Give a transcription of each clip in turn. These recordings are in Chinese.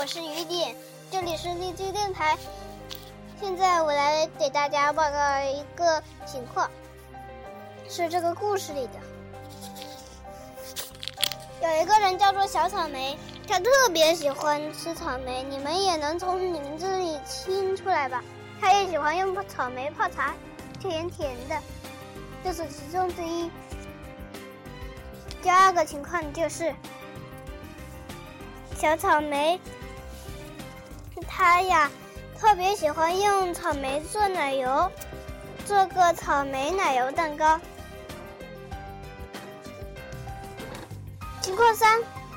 我是雨点，这里是荔枝电台。现在我来给大家报告一个情况，是这个故事里的。有一个人叫做小草莓，他特别喜欢吃草莓，你们也能从名字里听出来吧。他也喜欢用草莓泡茶，甜甜的，这是其中之一。第二个情况就是小草莓他呀特别喜欢用草莓做奶油，做个草莓奶油蛋糕。情况三，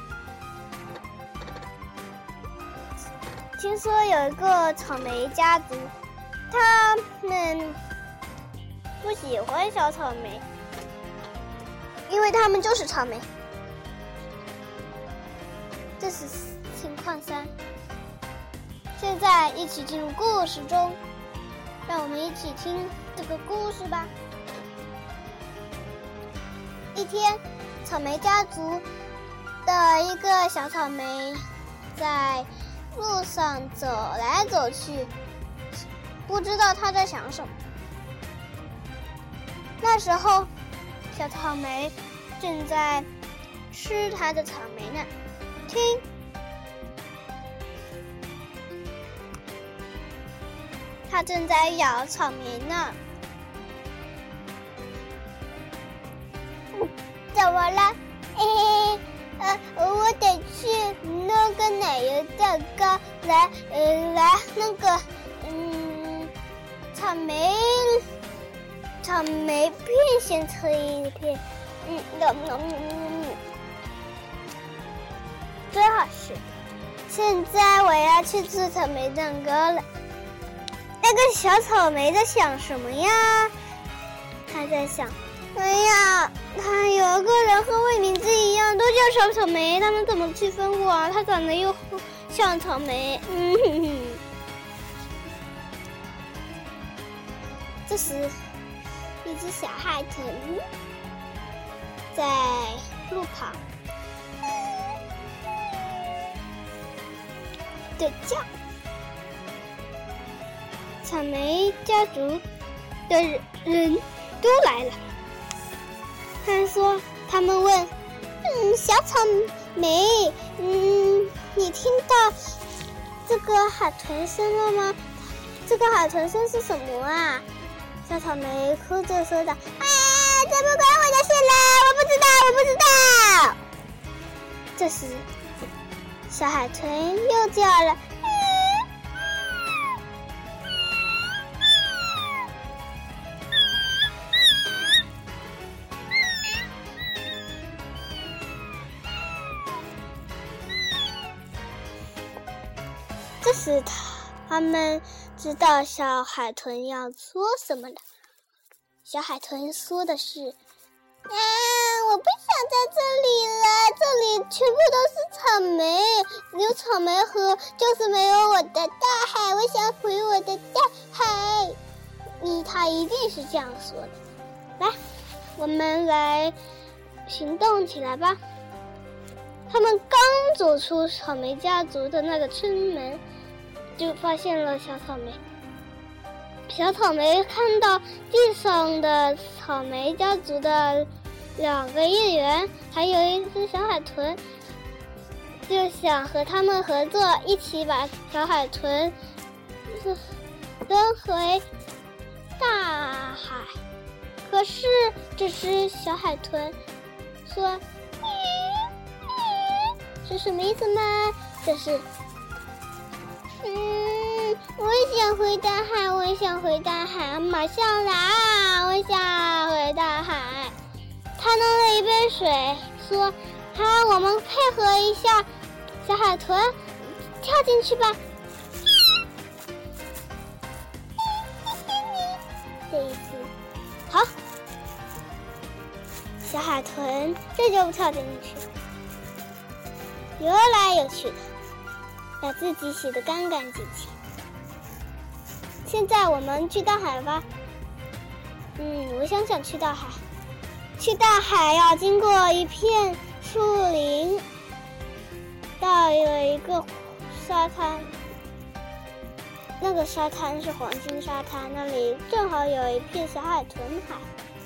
听说有一个草莓家族，他们不喜欢小草莓，因为他们就是草莓。这是情况三。现在一起进入故事中，让我们一起听这个故事吧。一天，草莓家族的一个小草莓在路上走来走去，不知道他在想什么。那时候，小草莓正在吃它的草莓呢。听，他正在咬草莓呢。怎么了？我得去弄个奶油蛋糕来那个草莓片先吃一片。真好吃！现在我要去吃草莓蛋糕了。那个小草莓在想什么呀？他在想，哎呀，他有个人和我名字一样，都叫小草莓，他们怎么区分我啊？他长得又像草莓。这时，一只小海豚在路旁的叫。草莓家族的人都来了。他们问，小草莓，你听到这个海豚声了吗？这个海豚声是什么啊？小草莓哭着说道，这不关我的事了，我不知道。这时，小海豚又叫了，这时他们知道小海豚要说什么了。小海豚说的是，我不想在这里了，这里全部都是草莓，有草莓河，就是没有我的大海，我想回我的大海。他一定是这样说的。来，我们来行动起来吧。他们刚走出草莓家族的那个村门，就发现了小草莓。小草莓看到地上的草莓家族的2个议员，还有一只小海豚，就想和他们合作，一起把小海豚扔回大海。可是这只小海豚说，是什么意思呢？这是我想回大海，我想回大海，马上来，我想回大海。他弄了一杯水，说，好，我们配合一下，小海豚跳进去吧。这一次好，小海豚这就跳进去，游来游去的，把自己洗得干干净净。现在我们去大海吧。我想去大海。去大海要经过一片树林，到有一个沙滩，那个沙滩是黄金沙滩，那里正好有一片小海豚海。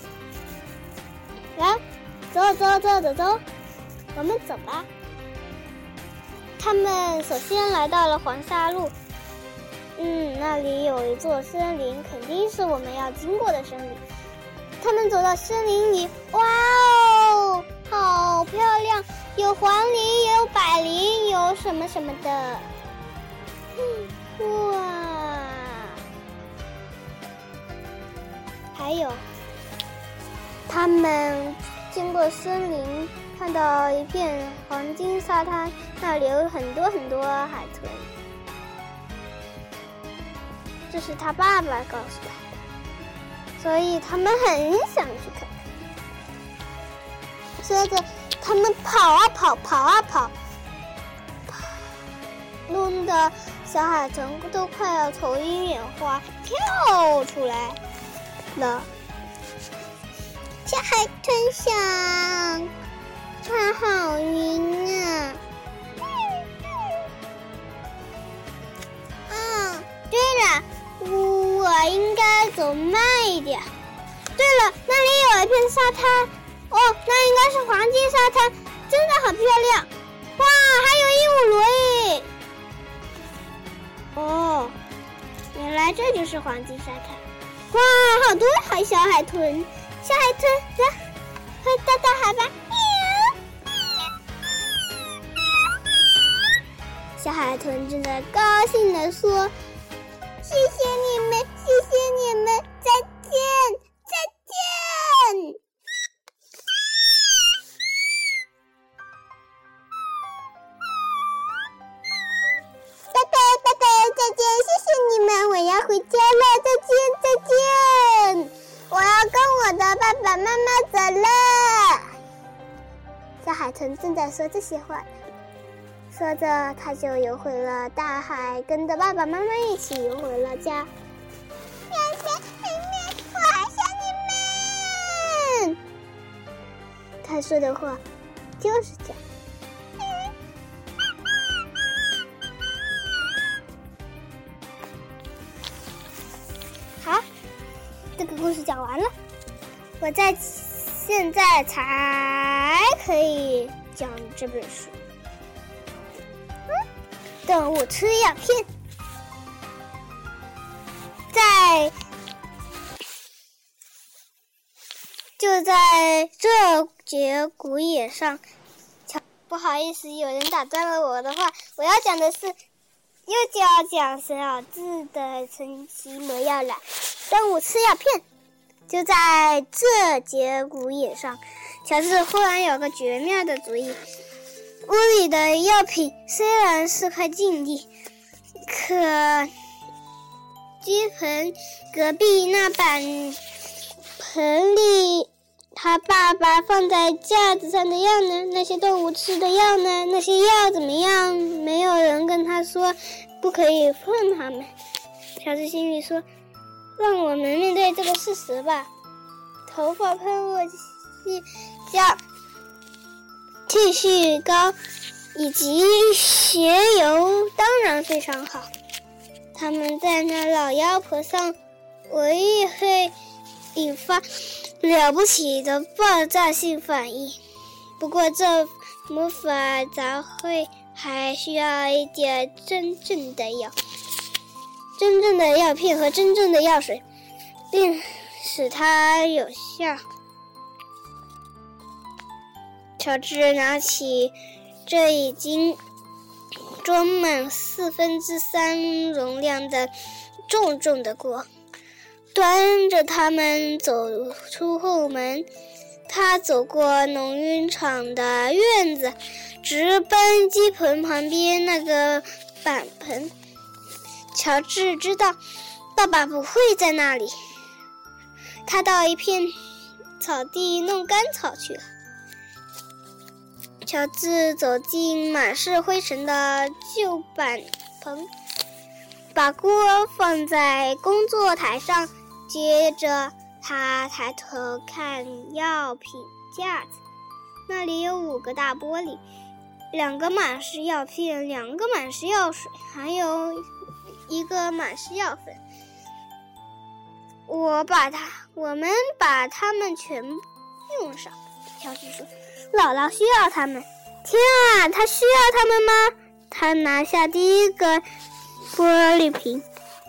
来，走，我们走吧。他们首先来到了黄沙路，那里有一座森林，肯定是我们要经过的森林。他们走到森林里，哇哦，好漂亮，有黄鹂，也有百灵，有什么什么的。哇，还有他们经过森林，看到一片黄金沙滩，那里有很多海豚。这是他爸爸告诉他的，所以他们很想去看看。接着他们跑啊跑，弄得小海豚都快要头晕眼花，跳出来了。小海豚想，它好晕啊！对了，我应该走慢一点。对了，那里有一片沙滩，那应该是黄金沙滩，真的好漂亮！哇，还有鹦鹉螺耶！原来这就是黄金沙滩。哇，好多小海豚，小海豚，来，快到大海吧！小海豚正在高兴地说：“谢谢你们，再见。”拜拜，再见，谢谢你们，我要回家了，再见，我要跟我的爸爸妈妈走了。小海豚正在说这些话，说着他就游回了大海，跟着爸爸妈妈一起游回了家。我还想你们。他说的话就是这样。好，这个故事讲完了，我现在才可以讲这本书。动物吃药片，就在这节古野上。不好意思，有人打断了我的话，我要讲的是又要讲小智的神奇魔药了。动物吃药片，就在这节古野上，小智忽然有个绝妙的主意。屋里的药品虽然是块净地，可鸡盆隔壁那板盆里他爸爸放在架子上的药呢？那些动物吃的药呢？那些药怎么样？没有人跟他说不可以碰它们。小智心里说，让我们面对这个事实吧。头发喷雾剂加剃须膏以及鞋油当然非常好。他们在那老妖婆上唯一会引发了不起的爆炸性反应。不过这魔法杂烩还需要一点真正的药片和真正的药水，并使它有效。乔治拿起这已经装满3/4容量的重重的锅，端着它们走出后门。他走过农渔场的院子，直奔鸡棚旁边那个板盆。乔治知道爸爸不会在那里，他到一片草地弄干草去了。乔治走进满是灰尘的旧板棚，把锅放在工作台上，接着他抬头看药品架子，那里有5个大玻璃， 2个满是药片，2个满是药水，还有1个满是药粉。我们把它们全部用上。乔治说：“姥姥需要它们。”天啊，她需要它们吗？他拿下第1个玻璃瓶，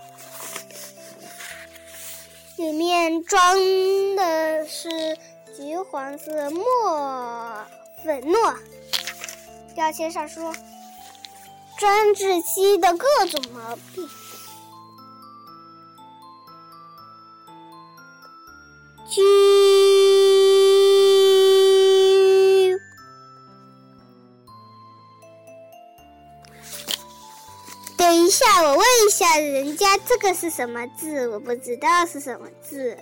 里面装的是橘黄色粉末。标签上说：“专治鸡的各种毛病。”鸡。等一下，我问一下人家这个是什么字？我不知道是什么字。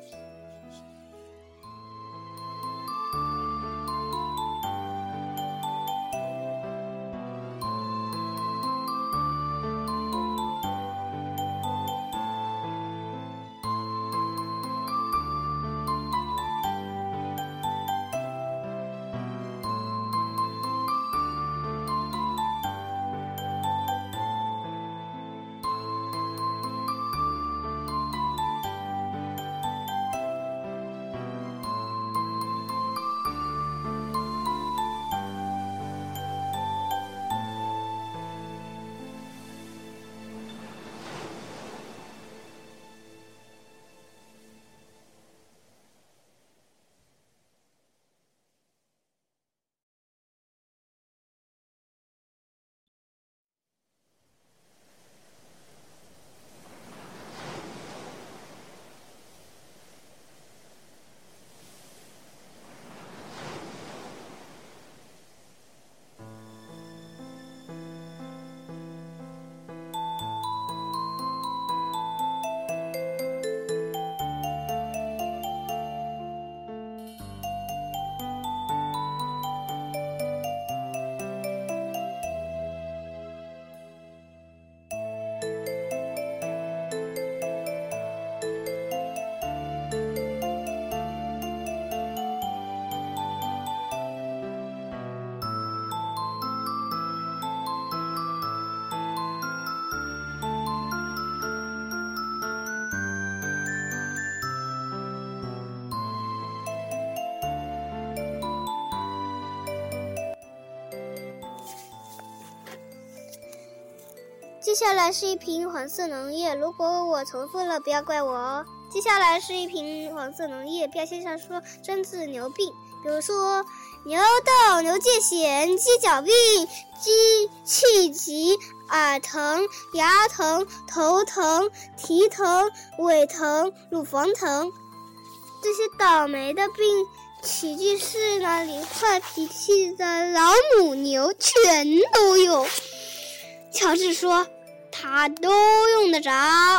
接下来是一瓶黄色农液，如果我重复了，不要怪我哦。接下来是一瓶黄色农液，标签上说专治牛病，比如说牛痘、牛疥癣、鸡脚病、鸡气急、耳疼、牙疼、头疼、蹄疼、尾疼、乳房疼。这些倒霉的病奇迹是那里坏脾气的老母牛全都有。乔治说他都用得着。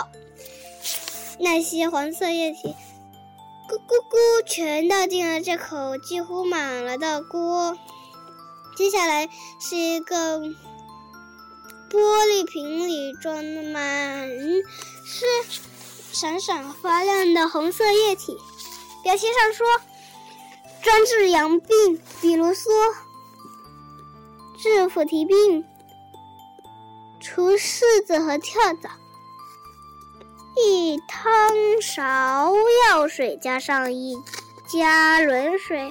那些黄色液体咕咕咕全倒进了这口几乎满了的锅。接下来是一个玻璃瓶，里装满是闪闪发亮的红色液体，标签上说专治阳病，比如说治腐蹄病、除虱子和跳蚤。1汤勺药水加上1加仑水，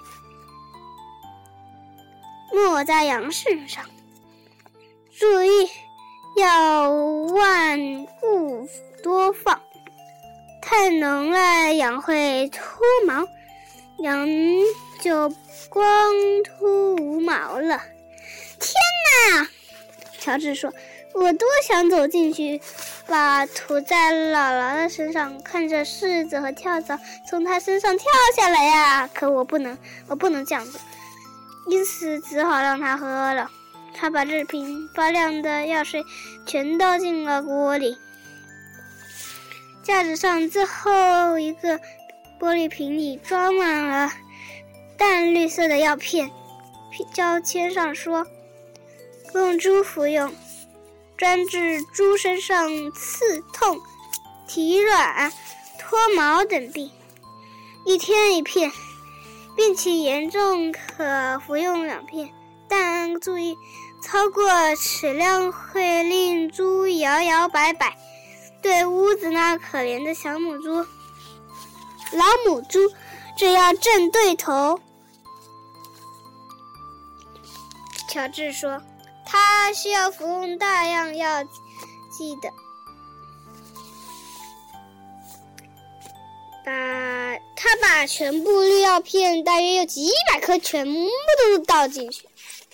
抹在羊身上。注意要万勿多放，太浓了羊会脱毛，羊就光秃无毛了。天哪！乔治说，我多想走进去把涂在姥姥的身上，看着柿子和跳蚤从她身上跳下来呀！可我不能这样做，因此只好让她喝了。他把这瓶发亮的药水全倒进了锅里。架子上最后一个玻璃瓶里装满了淡绿色的药片，标签上说供猪服用，专治猪身上刺痛、体软、脱毛等病，1天1片，病情严重可服用2片， 但注意，超过齿量会令猪摇摇摆摆。对屋子那可怜的老母猪，只要正对头。乔治说，他需要服用大量药剂的。他把全部绿药片，大约有几百颗，全部都倒进去。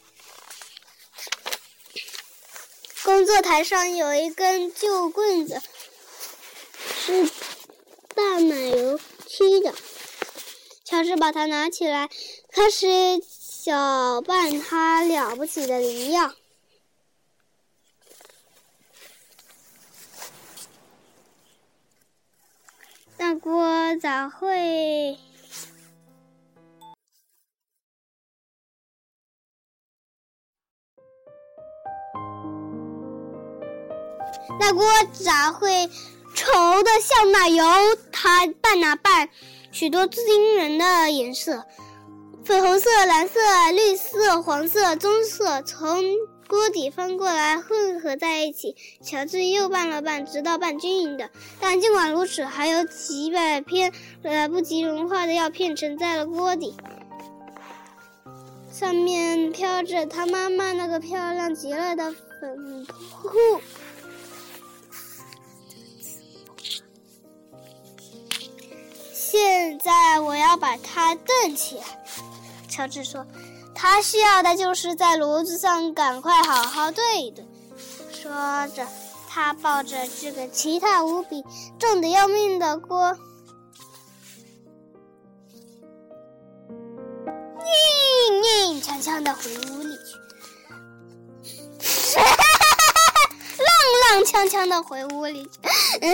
工作台上有一根旧棍子，是拌奶油漆的。乔治把它拿起来，开始搅拌它了不起的灵药。那锅咋会？稠得像奶油？它拌啊拌，许多惊人的颜色，粉红色、蓝色、绿色、黄色、棕色，从锅底翻过来混合在一起。乔治又拌了拌，直到拌均匀的。但尽管如此，还有几百片来不及融化的药片沉在了锅底，上面飘着他妈妈那个漂亮极了的粉扑。现在我要把它炖起来，乔治说。他需要的就是在炉子上赶快好好炖一炖。说着，他抱着这个奇大无比、重得要命的锅，踉跄地回屋里去。踉跄地回屋里去。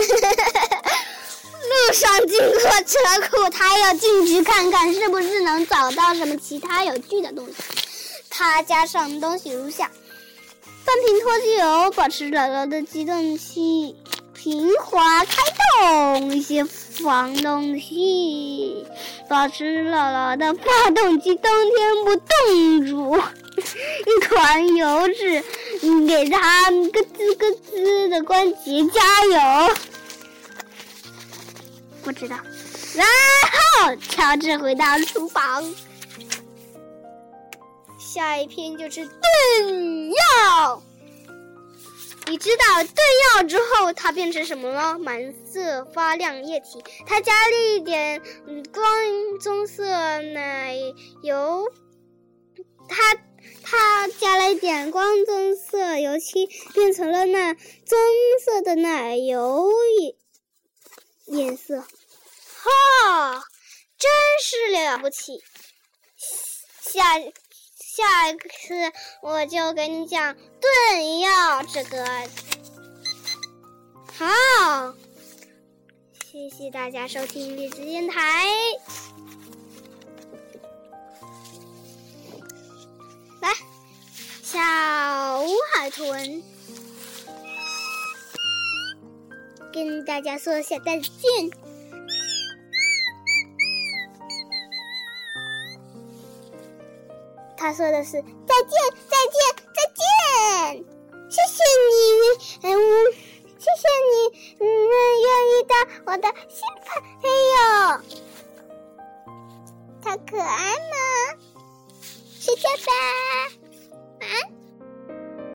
路上经过车库，他要进去看看是不是能找到什么其他有趣的东西。他加上东西如下：半瓶脱机油，保持姥姥的机动器平滑开动；一些防冻器，保持姥姥的发动机冬天不冻住；一团油脂，给它咯吱咯吱的关节加油。不知道。然后乔治回到厨房，下一篇就是炖药。你知道炖药之后它变成什么了？满色发亮液体。它加了一点光棕色奶油，它加了一点光棕色油漆，变成了那棕色的奶油颜色。真是了不起！下一次我就给你讲炖药这个。好，谢谢大家收听荔枝电台。来，小海豚跟大家说下再见。他说的是再见，再见，再见！谢谢你，谢谢你，愿意当我的新朋友。他可爱吗？睡觉吧，晚安。